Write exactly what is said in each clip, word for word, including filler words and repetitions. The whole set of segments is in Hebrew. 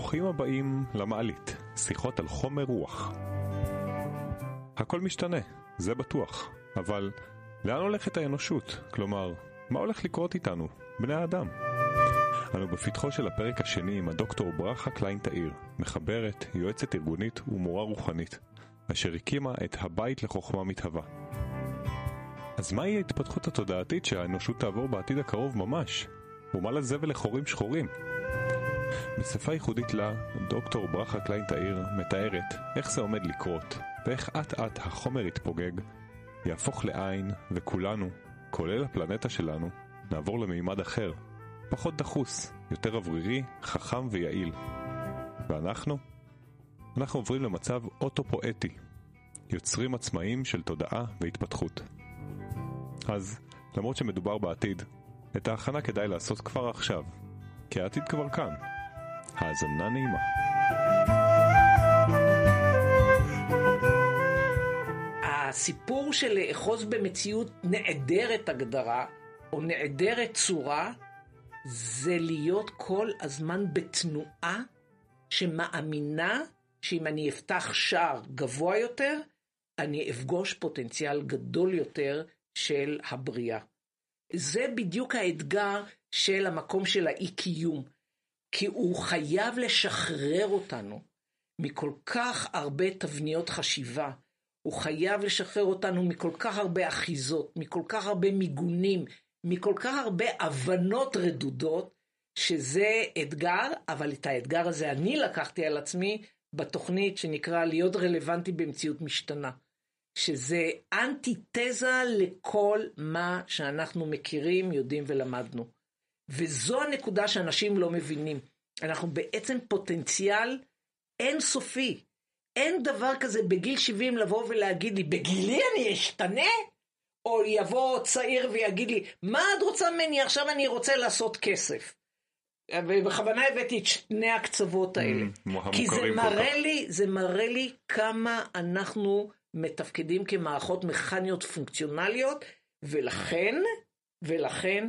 ברוכים הבאים למעלית, שיחות על חומר רוח. הכל משתנה, זה בטוח, אבל לאן הולכת האנושות? כלומר, מה הולך לקרות איתנו, בני האדם? אנו בפתחו של הפרק השני עם הדוקטור ברכה קליין תאיר, מחברת, יועצת ארגונית ומורה רוחנית, אשר הקימה את הבית לחוכמה מתהווה. אז מהי ההתפתחות התודעתית שהאנושות תעבור בעתיד הקרוב ממש? ומה לזה ולחורים שחורים? בשפה ייחודית לה, דוקטור ברכה קליין תאיר מתארת איך זה עומד לקרות, ואיך עת עת החומר יתפוגג, יהפוך לעין, וכולנו, כולל הפלנטה שלנו, נעבור למימד אחר, פחות דחוס, יותר אוורירי, חכם ויעיל. ואנחנו? אנחנו עוברים למצב אוטופואטי, יוצרים עצמאיים של תודעה והתפתחות. אז, למרות שמדובר בעתיד, את ההכנה כדאי לעשות כבר עכשיו, כי העתיד כבר כאן. האזנה נעימה. הסיפור של לאחוז במציאות נעדרת הגדרה, או נעדרת צורה, זה להיות כל הזמן בתנועה שמאמינה שאם אני אפתח שער גבוה יותר, אני אפגוש פוטנציאל גדול יותר של הבריאה. זה בדיוק האתגר של המקום של האי-קיום, כי הוא חייב לשחרר אותנו מכל כך הרבה תבניות חשיבה, הוא חייב לשחרר אותנו מכל כך הרבה אחיזות, מכל כך הרבה מיגונים, מכל כך הרבה הבנות רדודות, שזה אתגר, אבל את האתגר הזה אני לקחתי על עצמי בתוכנית שנקרא להיות רלוונטי במציאות משתנה. שזה אנטיתזה לכל מה שאנחנו מכירים, יודעים ולמדנו. וזו הנקודה שאנשים לא מבינים. אנחנו בעצם פוטנציאל אינסופי. אין דבר כזה בגיל שבעים לבוא ולהגיד לי, בגילי אני אשתנה? או יבוא צעיר ויגיד לי, מה את רוצה ממני? עכשיו אני רוצה לעשות כסף. ובכוונה הבאתי את שני הקצוות האלה. כי זה מראה לי, זה מראה לי כמה אנחנו מתפקדים כמערכות מכניות פונקציונליות, ולכן, ולכן,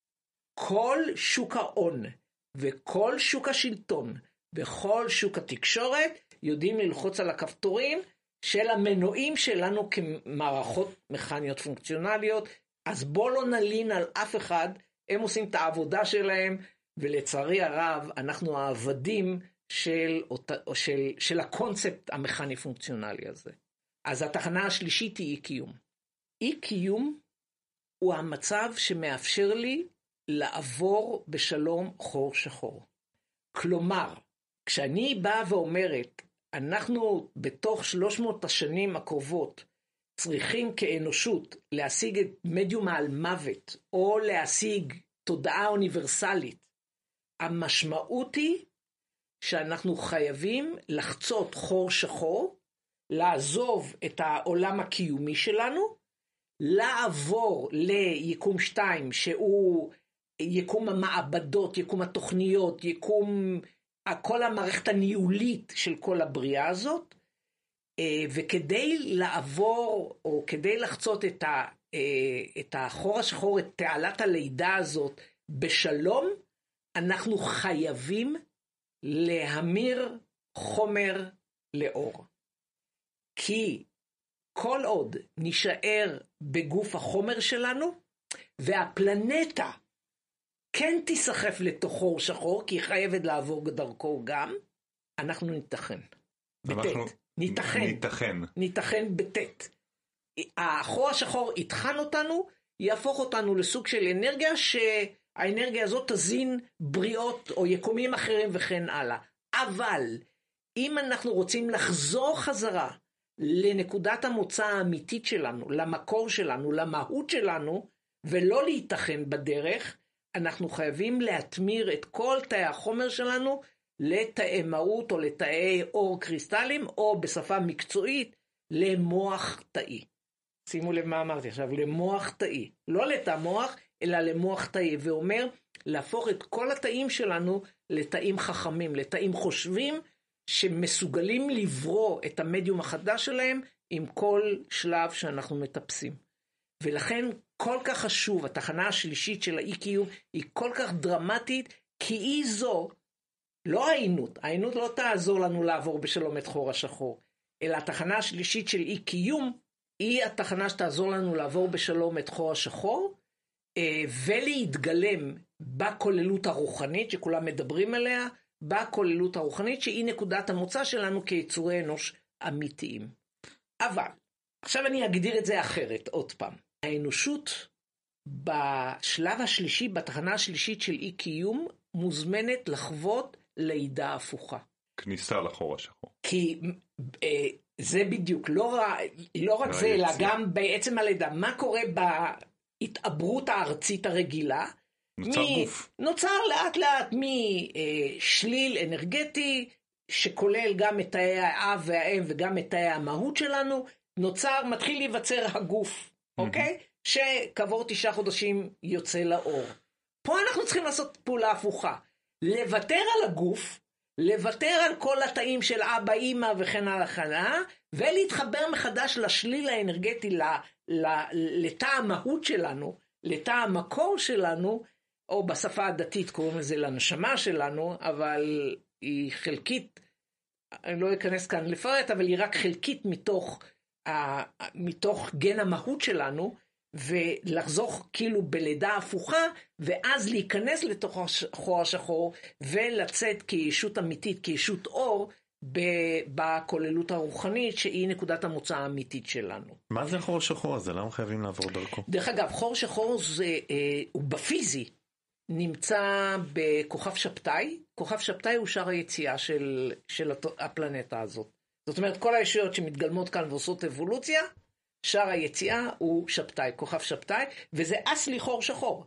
כל שוק ההון, וכל שוק השלטון, וכל שוק התקשורת, יודעים ללחוץ על הכפתורים של המנועים שלנו כמערכות מכניות פונקציונליות. אז בוא לא נלין על אף אחד, הם עושים את העבודה שלהם, ולצערי הרב, אנחנו העבדים של, של, של הקונספט המכני פונקציונלי הזה. אז התחנה השלישית היא אי-קיום. אי-קיום הוא המצב שמאפשר לי לעבור בשלום חור שחור. כלומר, כשאני באה ואומרת, אנחנו בתוך שלוש מאות השנים הקרובות צריכים כאנושות להשיג את מדיום על מוות, או להשיג תודעה אוניברסלית, המשמעות היא שאנחנו חייבים לחצות חור שחור, לעזוב את העולם הקיומי שלנו, לעבור ליקום שתיים, שהוא יקום המעבדות, יקום התוכניות, יקום כל המערכת הניהולית של כל הבריאה הזאת, וכדי לעבור, או כדי לחצות את, ה, את החור השחור, את תעלת הלידה הזאת בשלום, אנחנו חייבים להמיר חומר לאור. כי כל עוד נשאר בגוף החומר שלנו, והפלנטה כן תיסחף לתוך חור שחור, כי היא חייבת לעבור דרכו גם, אנחנו ניתכן. אנחנו בתת. ניתכן. ניתכן. ניתכן בתת. החור השחור יתחן אותנו, יהפוך אותנו לסוג של אנרגיה, שהאנרגיה הזאת תזין בריאות או יקומים אחרים וכן הלאה. אבל אם אנחנו רוצים לחזור חזרה לנקודת המוצא האמיתית שלנו, למקור שלנו, למהות שלנו, ולא להתכן בדרך, אנחנו חייבים להתמיר את כל תאי החומר שלנו לתאי מהות או לתאי אור קריסטלים, או בשפה מקצועית, למוח תאי. שימו לב מה אמרתי עכשיו, למוח תאי. לא לתא מוח, אלא למוח תאי. ואומר, להפוך את כל התאים שלנו לתאים חכמים, לתאים חושבים, שמסוגלים לברוא את המדיום החדש שלהם עם כל שלב שאנחנו מטפסים. ולכן כל כך חשוב, התחנה השלישית של האי-קיום היא כל כך דרמטית, כי היא זו לא העינות, העינות לא תעזור לנו לעבור בשלום את חור השחור, אלא התחנה השלישית של אי קיום, היא התחנה שתעזור לנו לעבור בשלום את חור השחור, ולהתגלם בכוללות הרוחנית, שכולם מדברים עליה, בכוללות הרוחנית, שהיא נקודת המוצא שלנו כיצורי אנוש אמיתיים. אבל, עכשיו אני אגדיר את זה אחרת, עוד פעם. האנושות בשלב השלישי, בתחנה השלישית של אי קיום, מוזמנת לחוות לידה הפוכה. כניסה לחור השחור. כי אה, זה בדיוק, לא, לא רק זה, אלא גם בעצם הלידה. מה קורה בהתעברות הארצית הרגילה? נוצר מ, גוף. נוצר לאט לאט משליל אנרגטי, שכולל גם את תאי האב והאם וגם את תאי המהות שלנו, נוצר, מתחיל להיווצר הגוף, mm-hmm. אוקיי? שכעבור תשעה חודשים יוצא לאור. פה אנחנו צריכים לעשות פעולה הפוכה. לוותר על הגוף, לוותר על כל התאים של אבא, אמא וכן הלאה, ולהתחבר מחדש לשליל האנרגטי, לתא המהות שלנו, לתא המקור שלנו, או בשפה הדתית קוראים לזה לנשמה שלנו, אבל היא חלקית, אני לא אכנס כאן לפרט, אבל היא רק חלקית מתוך, מתוך גן המהות שלנו, ולחזור כאילו בלידה הפוכה, ואז להיכנס לתוך החור השחור, ולצאת כישות אמיתית, כישות אור, בכוללות הרוחנית, שהיא נקודת המוצא האמיתית שלנו. מה זה החור השחור הזה? למה חייבים לעבור דרכו? דרך אגב, חור שחור זה, אה, הוא בפיזי, נמצא בכוכב שבתאי. כוכב שבתאי הוא שער היציאה של, של הפלנטה הזאת. זאת אומרת, כל הישויות שמתגלמות כאן ועושות אבולוציה, שער היציאה הוא שבתאי, כוכב שבתאי, וזה אסלי חור שחור.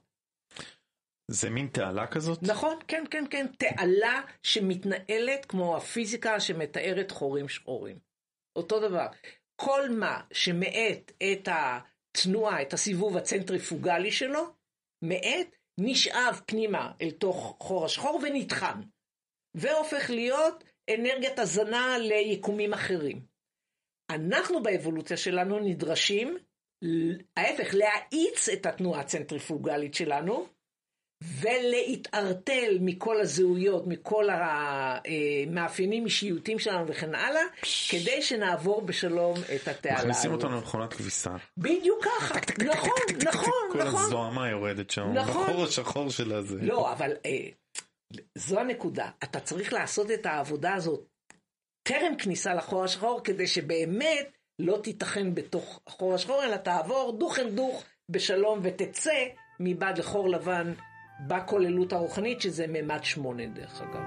זה מין תעלה כזאת? נכון, כן, כן, כן. תעלה שמתנהלת כמו הפיזיקה שמתארת חורים שחורים. אותו דבר. כל מה שמעט את התנועה, את הסיבוב הצנטריפוגלי שלו, מעט נשאב פנימה אל תוך חור השחור ונתחם. והופך להיות אנרגיית הזנה ליקומים אחרים. אנחנו באבולוציה שלנו נדרשים, ההפך, להאיץ את התנועה הצנטריפוגלית שלנו, ולהתערטל מכל הזהויות, מכל המאפיינים אישיותיים שלנו וכן הלאה, כדי שנעבור בשלום את התעלה. מכניסים אותנו למכונת כביסה. בדיוק ככה. נכון, נכון, כל נכון. הזוהמה יורדת שם. נכון. בחור השחור של הזה. לא, אבל זו הנקודה. אתה צריך לעשות את העבודה הזאת טרם כניסה לחור השחור, כדי שבאמת לא תיתכן בתוך החור השחור, אלא תעבור דוך אל דוך בשלום ותצא מבעד לחור לבן בכוללות הרוחנית, שזה ממד שמונה דרך אגב.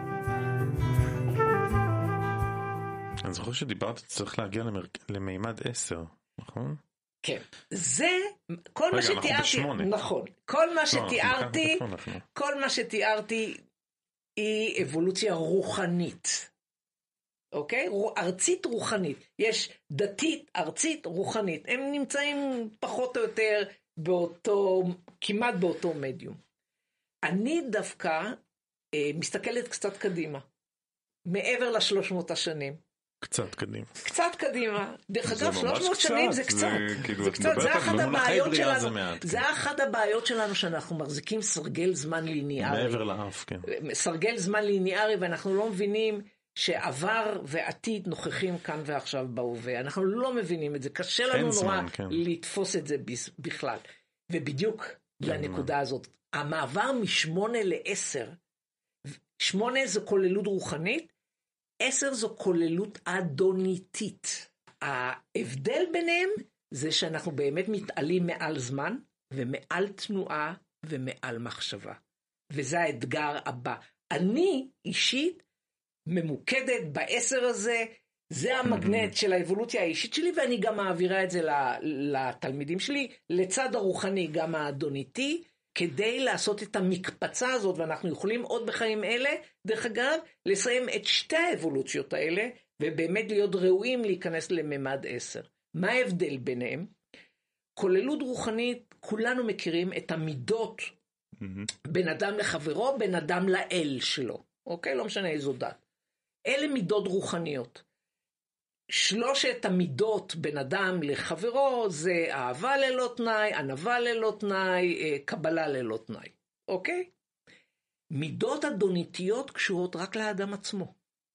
אני זוכר שדיברת, צריך להגיע למר... למימד עשר, נכון? כן. זה, כל מה שתיארתי, נכון, כל מה שתיארתי, כל מה שתיארתי היא אבולוציה רוחנית. אוקיי? ארצית רוחנית. יש דתית, ארצית, רוחנית. הם נמצאים פחות או יותר באותו, כמעט באותו מדיום. אני דווקא אה, מסתכלת קצת קדימה. מעבר ל-שלוש מאות השנים. קצת קדימה. קצת קדימה. דרך אגב, שלוש מאות שנים זה קצת. זה, כאילו, זה קצת. זה אחת הבעיות שלנו. זה, מעט, זה כן. אחת הבעיות שלנו שאנחנו מחזיקים סרגל זמן ליניארי. מעבר לאף, כן. סרגל זמן ליניארי, ואנחנו לא מבינים שעבר ועתיד נוכחים כאן ועכשיו בהווה. אנחנו לא מבינים את זה. קשה לנו נורא זמן, כן. לתפוס את זה בכלל. ובדיוק לנקודה הזאת. המעבר משמונה לעשר, שמונה זו כוללות רוחנית, עשר זו כוללות אדוניתית. ההבדל ביניהם זה שאנחנו באמת מתעלים מעל זמן, ומעל תנועה, ומעל מחשבה. וזה האתגר הבא. אני אישית ממוקדת בעשר הזה, זה המגנט של האבולוציה האישית שלי, ואני גם מעבירה את זה לתלמידים שלי, לצד הרוחני גם האדוניתי, כדי לעשות את המקפצה הזאת, ואנחנו יכולים עוד בחיים אלה, דרך אגב, לסיים את שתי האבולוציות האלה, ובאמת להיות ראויים להיכנס לממד עשר. מה ההבדל ביניהם? כוללות רוחנית, כולנו מכירים את המידות, בין אדם לחברו, בין אדם לאל שלו. אוקיי? לא משנה איזו דת. אלה מידות רוחניות. שלושת המידות בין אדם לחברו זה אהבה ללא תנאי, ענווה ללא תנאי, קבלה ללא תנאי. אוקיי? מידות אדוניתיות קשורות רק לאדם עצמו.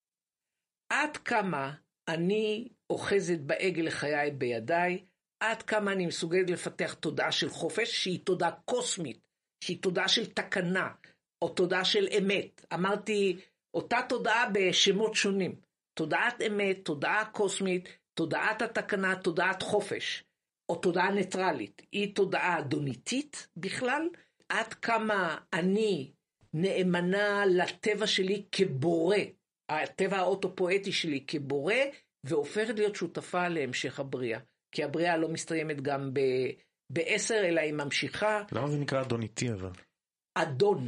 עד כמה אני אוחזת בעגל לחיי בידיי, עד כמה אני מסוגלת לפתח תודעה של חופש, שהיא תודעה קוסמית, שהיא תודעה של תקנה, או תודעה של אמת. אמרתי, אותה תודעה בשמות שונים. תודעת אמת, תודעה קוסמית, תודעת התקנה, תודעת חופש, או תודעה ניטרלית. היא תודעה אדוניתית בכלל, עד כמה אני נאמנה לטבע שלי כבורא, הטבע האוטופואטי שלי כבורא, והופכת להיות שותפה להמשך הבריאה. כי הבריאה לא מסתיימת גם ב... בעשר, אלא היא ממשיכה. למה זה נקרא אדוניתי אבל? אדון.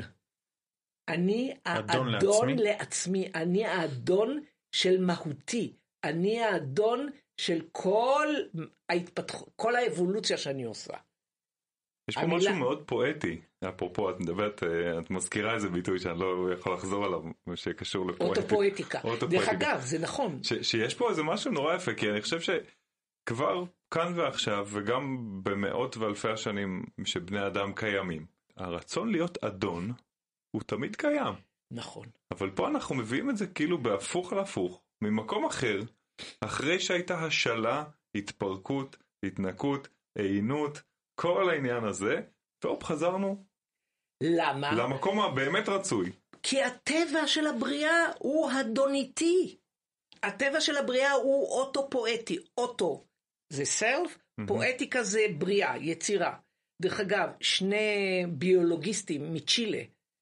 אני האדון לעצמי? לעצמי. אני האדון של מהותי. אני האדון של כל ההתפתחות, כל האבולוציה שאני עושה. יש פה המילה... משהו מאוד פואטי. אפרופו, את מדברת, את מזכירה איזה ביטוי שאני לא יכול לחזור עליו, שקשור לפואטיקה. אוטופואטיקה. דרך אגב, זה נכון. ש... שיש פה איזה משהו נורא יפה, כי אני חושב שכבר כאן ועכשיו, וגם במאות ואלפי השנים שבני אדם קיימים, הרצון להיות אדון הוא תמיד קיים. נכון. אבל פה אנחנו מביאים את זה כאילו בהפוך על הפוך, ממקום אחר, אחרי שהייתה השלה, התפרקות, התנקות, עינות, כל העניין הזה, והופ חזרנו. למה? למקום הבאמת רצוי. כי הטבע של הבריאה הוא אדוניתי. הטבע של הבריאה הוא אוטו-פואטי. אוטו זה סלף, mm-hmm. פואטיקה זה בריאה, יצירה. דרך אגב, שני ביולוגיסטים מצ'ילה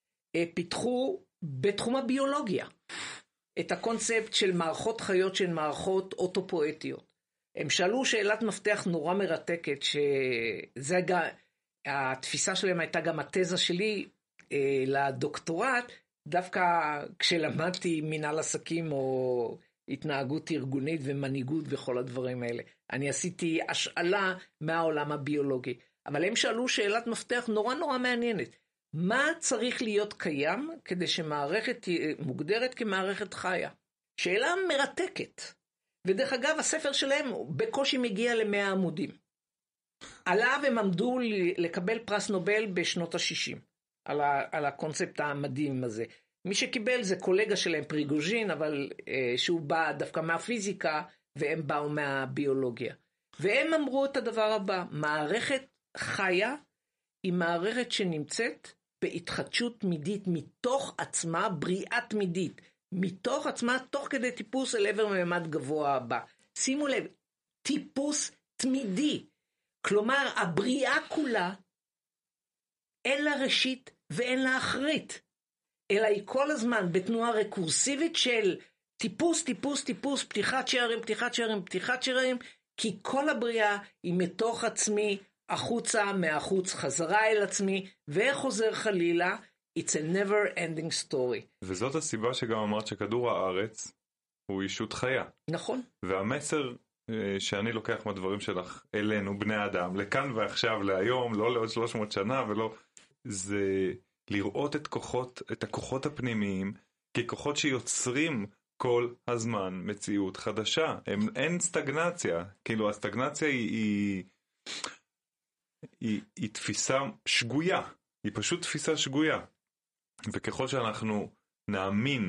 פיתחו בתחום הביולוגיה את הקונספט של מערכות חיות שהן מערכות אוטו-פואטיות. הם שאלו שאלת מפתח נורא מרתקת, שזה גם, התפיסה שלהם הייתה גם התזה שלי אה, לדוקטורט, דווקא כשלמדתי מנהל עסקים או התנהגות ארגונית ומנהיגות וכל הדברים האלה. אני עשיתי השאלה מהעולם הביולוגי. אבל הם שאלו שאלת מפתח נורא נורא מעניינת. מה צריך להיות קיים כדי שמערכת תהיה מוגדרת כמערכת חיה? שאלה מרתקת. ודרך אגב, הספר שלהם בקושי מגיע למאה עמודים. עליו הם עמדו לקבל פרס נובל בשנות ה-שישים, על, ה- על הקונספט המדהים הזה. מי שקיבל זה קולגה שלהם, פריגוז'ין, אבל אה, שהוא בא דווקא מהפיזיקה, והם באו מהביולוגיה. והם אמרו את הדבר הבא, מערכת חיה היא מערכת שנמצאת בהתחדשות תמידית, מתוך עצמה, בריאה תמידית, מתוך עצמה, תוך כדי טיפוס אל עבר ממד גבוה הבא. שימו לב, טיפוס תמידי. כלומר, הבריאה כולה, אין לה ראשית ואין לה אחרית, אלא היא כל הזמן בתנועה רקורסיבית של טיפוס, טיפוס, טיפוס, פתיחת שערים, פתיחת שערים, פתיחת שערים, כי כל הבריאה היא מתוך עצמי, החוצה, מהחוץ, חזרה אל עצמי, וחוזר חלילה. It's a never ending story. וזאת הסיבה שגם אמרת שכדור הארץ הוא אישות חיה. נכון. והמסר שאני לוקח מהדברים שלך אלינו, בני אדם, לכאן ועכשיו, להיום, לא לעוד שלוש מאות שנה, ולא, זה לראות את כוחות, את הכוחות הפנימיים, ככוחות שיוצרים כל הזמן מציאות חדשה. הם, אין סטגנציה. כאילו, הסטגנציה היא, היא, היא, היא תפיסה שגויה. היא פשוט תפיסה שגויה. וככל שאנחנו נאמין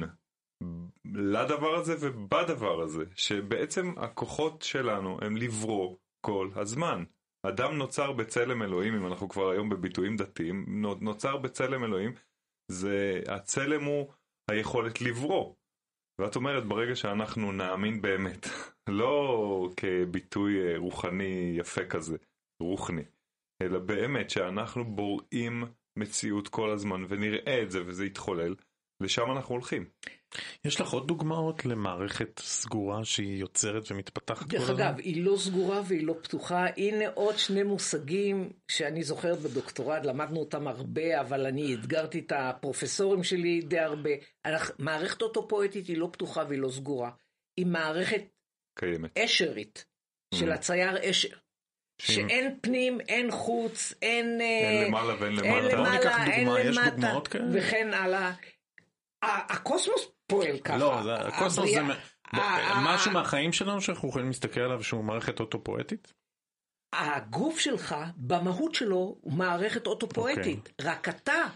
לדבר הזה ובדבר הזה, שבעצם הכוחות שלנו הם לברוא כל הזמן. אדם נוצר בצלם אלוהים, אם אנחנו כבר היום בביטויים דתיים, נוצר בצלם אלוהים, זה, הצלם הוא היכולת לברוא. ואת אומרת, ברגע שאנחנו נאמין באמת, לא כביטוי רוחני יפה כזה, רוחני, אלא באמת שאנחנו בוראים מציאות כל הזמן, ונראה את זה וזה יתחולל, לשם אנחנו הולכים. יש לך עוד דוגמאות למערכת סגורה שהיא יוצרת ומתפתחת? דרך אגב, היא לא סגורה והיא לא פתוחה. הנה עוד שני מושגים שאני זוכרת בדוקטורט, למדנו אותם הרבה, אבל אני אתגרתי את הפרופסורים שלי די הרבה. מערכת אוטופואטית היא לא פתוחה והיא לא סגורה. היא מערכת קיימת. אשרית, של הצייר אשר. שאין פנים, אין חוץ, אין... אין למעלה ואין למטה. אין למעלה, אין למטה, וכן הלאה. הקוסמוס פועל ככה. לא, הקוסמוס זה משהו מהחיים שלנו שאנחנו יכולים להסתכל עליו שהוא מערכת אוטופואטית? הגוף שלך, במהות שלו, הוא מערכת אוטופואטית. רק אתה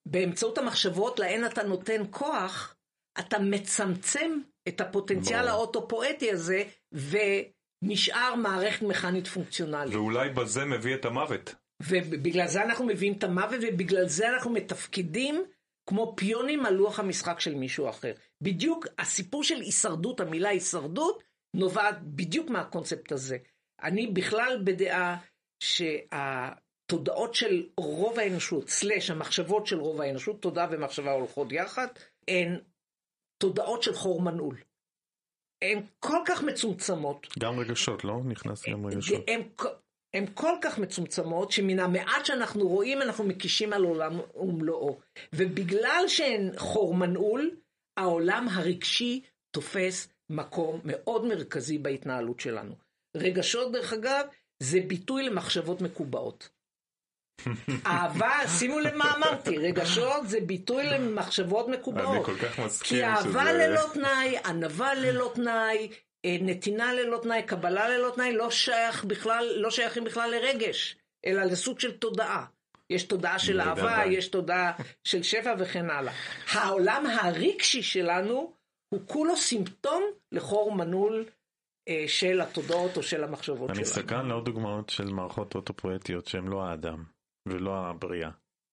באמצעות המחשבות להן אתה נותן כוח, אתה מצמצם את הפוטנציאל האוטופואטי הזה, ונשאר מערכת מכנית פונקציונלית. ואולי בזה מביא את המוות. ובגלל זה אנחנו מביאים את המוות, ובגלל זה אנחנו מתפקידים כמו פיונים על לוח המשחק של מישהו אחר. בדיוק הסיפור של הישרדות, המילה הישרדות, נובעת בדיוק מהקונספט הזה. אני בכלל בדעה שהתודעות של רוב האנושות, סלש המחשבות של רוב האנושות, תודעה ומחשבה הולכות יחד, הן תודעות של חור מנעול. הן כל כך מצומצמות. גם רגשות, לא? נכנס גם רגשות. הן, הן כל כך מצומצמות, שמן המעט שאנחנו רואים, אנחנו מקישים על עולם ומלואו. ובגלל שהן חור מנעול, העולם הרגשי תופס מקום מאוד מרכזי בהתנהלות שלנו. רגשות, דרך אגב, זה ביטוי למחשבות מקובעות. אהבה, שימו למה אמרתי, רגשות זה ביטוי למחשבות מקובעות. אני כל כך מסכים כי אהבה ללא תנאי, ענווה ללא תנאי, נתינה ללא תנאי, קבלה ללא תנאי, לא שייך בכלל, לא שייכים בכלל לרגש, אלא לסוג של תודעה. יש תודעה של אהבה, יש תודעה של שפע וכן הלאה. העולם הרגשי שלנו הוא כולו סימפטום לחור מנעול של התודעות או של המחשבות שלנו. אני מסתכל לעוד דוגמאות של מערכות אוטופואטיות שהן לא האדם ולא הבריאה.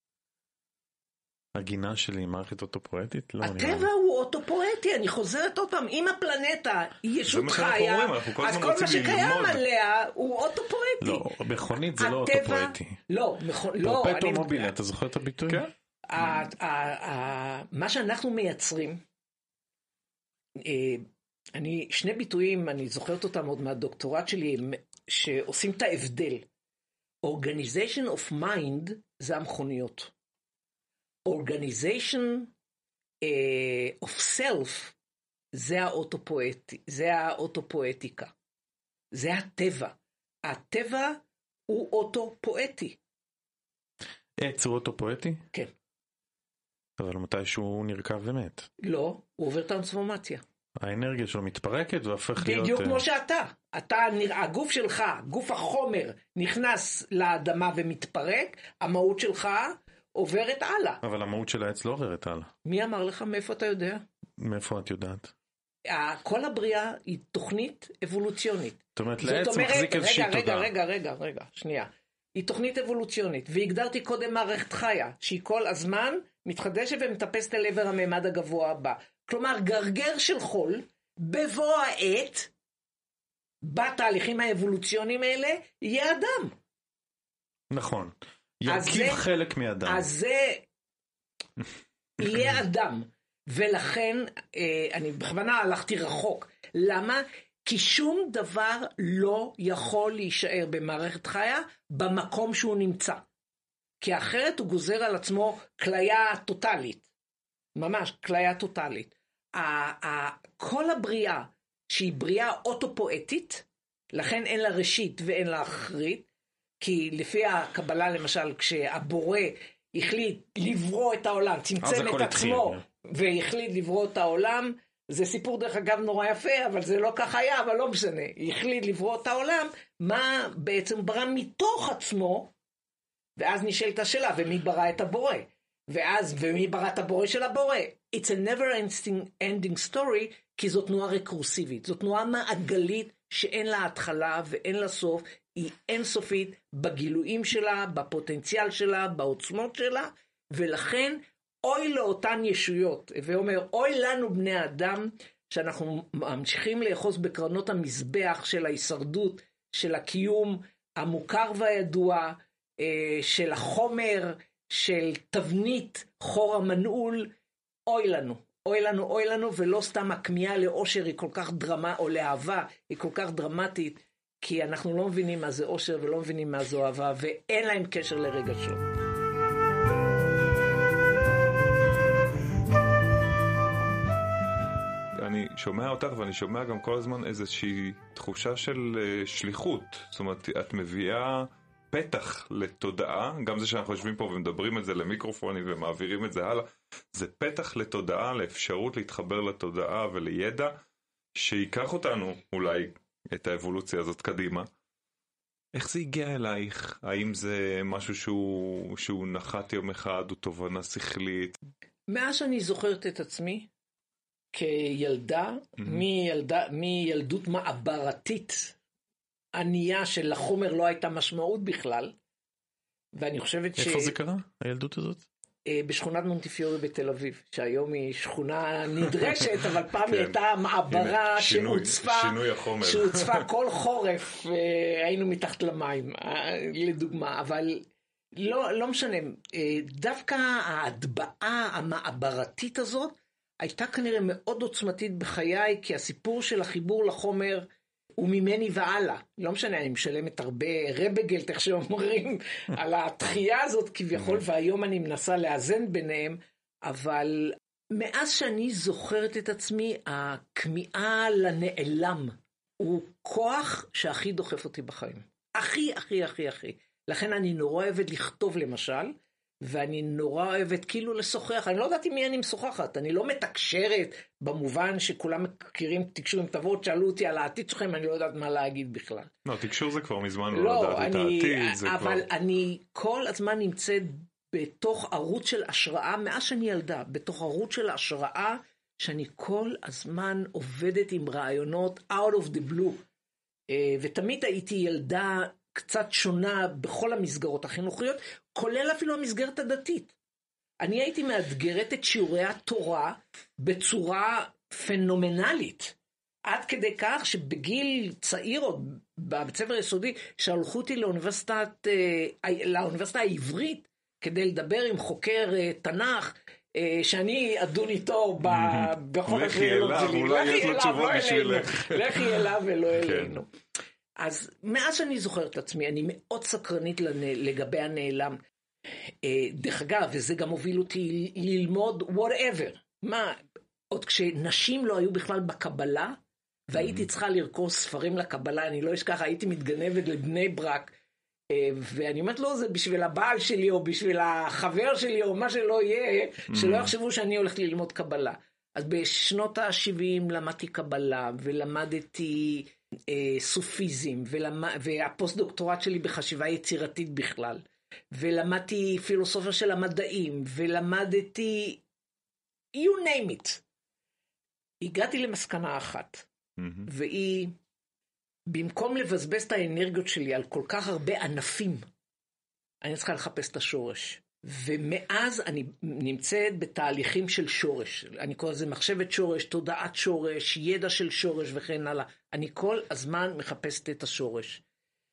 הגינה שלי היא מערכת אוטופואטית? לא, הטבע הוא אוטופואטי, אני חוזרת עוד פעם, אם הפלנטה היא ישות חיה, אז כל מה שקיים עליה הוא אוטופואטי. לא, מכונית זה לא אוטופואטי. לא, לא. פרפטו מובילה, אתה זוכר את הביטוי? כן. מה שאנחנו מייצרים, אני, שני ביטויים, אני זוכרת אותם עוד מהדוקטורט שלי, שעושים את ההבדל. Organization of mind זה המכוניות. Organization uh, of self זה האוטופואטי, זה האוטופואטיקה. זה הטבע. הטבע הוא אוטופואטי. עץ הוא אוטופואטי? כן. אבל מתי שהוא נרכב ומת? לא, הוא עובר טרנספורמציה. האנרגיה שלו מתפרקת והופך להיות... בדיוק כמו שאתה. אתה, הגוף שלך, גוף החומר, נכנס לאדמה ומתפרק, המהות שלך עוברת הלאה. אבל המהות של העץ לא עוברת הלאה. מי אמר לך? מאיפה אתה יודע? מאיפה את יודעת? כל הבריאה היא תוכנית אבולוציונית. זאת אומרת, לעץ מחזיק איזושהי תודעה. רגע, רגע, רגע, רגע, שנייה. היא תוכנית אבולוציונית, והגדרתי קודם מערכת חיה, שהיא כל הזמן מתחדשת ומטפסת אל עבר הממד הגבוה הבא. כלומר, גרגר של חול, בבוא העת, בתהליכים האבולוציוניים האלה, יהיה אדם. נכון. ירכיב חלק מאדם. אז זה יהיה אדם. ולכן, אני בכוונה הלכתי רחוק. למה? כי שום דבר לא יכול להישאר במערכת חיה במקום שהוא נמצא. כי אחרת הוא גוזר על עצמו כליה טוטלית. ממש, כליה טוטלית. כל הבריאה, שהיא בריאה אוטופואטית, לכן אין לה ראשית ואין לה אחרית, כי לפי הקבלה למשל, כשהבורא החליט לברוא את העולם, צמצם את עצמו, והחליט לברוא את העולם, זה סיפור דרך אגב נורא יפה, אבל זה לא כך היה, אבל לא משנה. החליט לברוא את העולם, מה בעצם ברא מתוך עצמו, ואז נשאלת השאלה, ומי ברא את הבורא? ואז, ומי ברא את הבורא של הבורא? It's a never ending story, כי זו תנועה רקורסיבית, זו תנועה מעגלית שאין לה התחלה ואין לה סוף, היא אינסופית בגילויים שלה, בפוטנציאל שלה, בעוצמות שלה, ולכן אוי לאותן ישויות, ואומר, אוי לנו בני האדם, שאנחנו ממשיכים לאחוז בקרנות המזבח של ההישרדות, של הקיום המוכר והידוע, של החומר, של תבנית חור המנעול, אוי לנו, אוי לנו, אוי לנו, ולא סתם הכמיהה לאושר היא כל כך דרמה, או לאהבה היא כל כך דרמטית, כי אנחנו לא מבינים מה זה אושר ולא מבינים מה זו אהבה, ואין להם קשר לרגשות. אני שומע אותך ואני שומע גם כל הזמן איזושהי תחושה של שליחות. זאת אומרת, את מביאה פתח לתודעה, גם זה שאנחנו יושבים פה ומדברים את זה למיקרופונים ומעבירים את זה הלאה, זה פתח לתודעה, לאפשרות להתחבר לתודעה ולידע, שיקח אותנו אולי את האבולוציה הזאת קדימה, איך זה הגיע אלייך? האם זה משהו שהוא, שהוא נחת יום אחד, או תובנה שכלית? מאז שאני זוכרת את עצמי, כילדה, mm-hmm. מילדה, מילדות מעברתית, ענייה שלחומר לא הייתה משמעות בכלל, ואני חושבת איפה ש... איפה זה קרה, הילדות הזאת? בשכונת מונטיפיורי בתל אביב, שהיום היא שכונה נדרשת, אבל פעם היא הייתה מעברה שהוצפה, שהוצפה כל חורף, היינו מתחת למים, לדוגמה, אבל לא, לא משנה, דווקא ההטבעה המעברתית הזאת, הייתה כנראה מאוד עוצמתית בחיי, כי הסיפור של החיבור לחומר, הוא ממני ועלה. לא משנה, אני משלמת הרבה רבגלט, איך שאומרים, על התחייה הזאת כביכול, והיום אני מנסה לאזן ביניהם, אבל מאז שאני זוכרת את עצמי, הכמיהה לנעלם, הוא כוח שהכי דוחף אותי בחיים. הכי, הכי, הכי, הכי. לכן אני נורא אוהבת לכתוב למשל, ואני נורא אוהבת כאילו לשוחח, אני לא יודעת עם מי אני משוחחת, אני לא מתקשרת במובן שכולם מכירים תקשור עם תבות, שאלו אותי על העתיד שלכם, אני לא יודעת מה להגיד בכלל. לא, תקשור זה כבר מזמן לא, לא לדעת את העתיד, זה אבל כבר... אני כל הזמן נמצאת בתוך ערוץ של השראה, מאז שאני ילדה, בתוך ערוץ של השראה, שאני כל הזמן עובדת עם רעיונות out of the blue, ותמיד הייתי ילדה קצת שונה בכל המסגרות החינוכיות, כולל אפילו המסגרת הדתית. אני הייתי מאתגרת את שיעורי התורה בצורה פנומנלית, עד כדי כך שבגיל צעיר עוד בבית ספר יסודי, שהלכו אותי לאוניברסיטת, לאוניברסיטה העברית, כדי לדבר עם חוקר תנ"ך, שאני אדון איתו בכל השאלות שלי. לכי אליו, לא אלינו. לכי אליו ולא אלינו. אז מאז שאני זוכרת את עצמי, אני מאוד סקרנית לגבי הנעלם. דרך אגב, וזה גם הוביל אותי ללמוד whatever. מה, עוד כשנשים לא היו בכלל בקבלה, והייתי צריכה לרכוש ספרים לקבלה, אני לא אשכח, הייתי מתגנבת לבני ברק, ואני אומרת לו, זה בשביל הבעל שלי, או בשביל החבר שלי, או מה שלא יהיה, שלא יחשבו שאני הולכת ללמוד קבלה. אז בשנות ה-שבעים למדתי קבלה, ולמדתי אה, סופיזם, ולמד, והפוסט דוקטורט שלי בחשיבה יצירתית בכלל, ולמדתי פילוסופיה של המדעים, ולמדתי, you name it. הגעתי למסקנה אחת, mm-hmm. והיא, במקום לבזבז את האנרגיות שלי על כל כך הרבה ענפים, אני צריכה לחפש את השורש. ומאז אני נמצאת בתהליכים של שורש. אני קורא לזה מחשבת שורש, תודעת שורש, ידע של שורש וכן הלאה. אני כל הזמן מחפשת את השורש.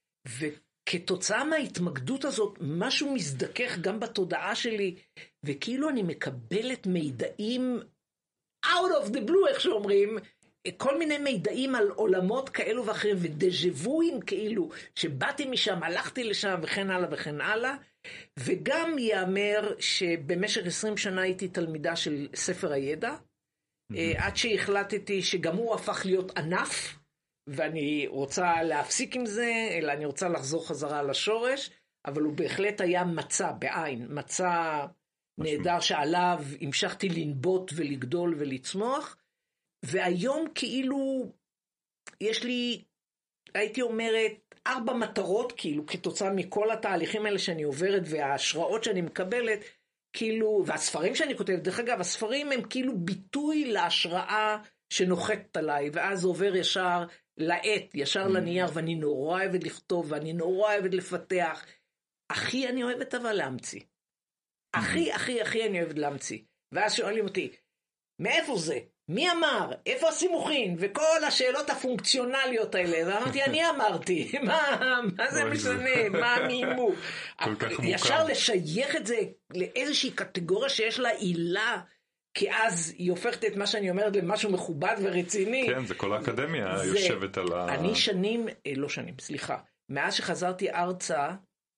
וכתוצאה מההתמקדות הזאת, משהו מזדכך גם בתודעה שלי, וכאילו אני מקבלת מידעים out of the blue, איך שאומרים, כל מיני מידעים על עולמות כאלו ואחרים, ודז'בויים כאילו, שבאתי משם, הלכתי לשם וכן הלאה וכן הלאה, וגם יאמר שבמשך עשרים שנה הייתי תלמידה של ספר הידע, mm-hmm. עד שהחלטתי שגם הוא הפך להיות ענף, ואני רוצה להפסיק עם זה, אלא אני רוצה לחזור חזרה לשורש, אבל הוא בהחלט היה מצא בעין, מצא נהדר שעליו המשכתי לנבוט ולגדול ולצמוח, והיום כאילו יש לי, הייתי אומרת, ארבע מטרות, כאילו, כתוצאה מכל התהליכים האלה שאני עוברת, וההשראות שאני מקבלת, כאילו, והספרים שאני כותבת, דרך אגב, הספרים הם כאילו ביטוי להשראה שנוחתת עליי, ואז עובר ישר לעט, ישר לנייר, ואני נורא אוהבת לכתוב, ואני נורא אוהבת לפתח. הכי אני אוהבת אבל להמציא. הכי, הכי, הכי אני אוהבת להמציא. ואז שואלים אותי, מאיפה זה? מי אמר? איפה הסימוכין? וכל השאלות הפונקציונליות האלה. ואמרתי, אני אמרתי. מה, מה זה משנה? מה המימו? ישר לשייך את זה לאיזושהי קטגוריה שיש לה עילה, כי אז היא הופכת את מה שאני אומרת למשהו מכובד ורציני. כן, זה כל האקדמיה יושבת על ה... אני שנים, לא שנים, סליחה. מאז שחזרתי ארצה,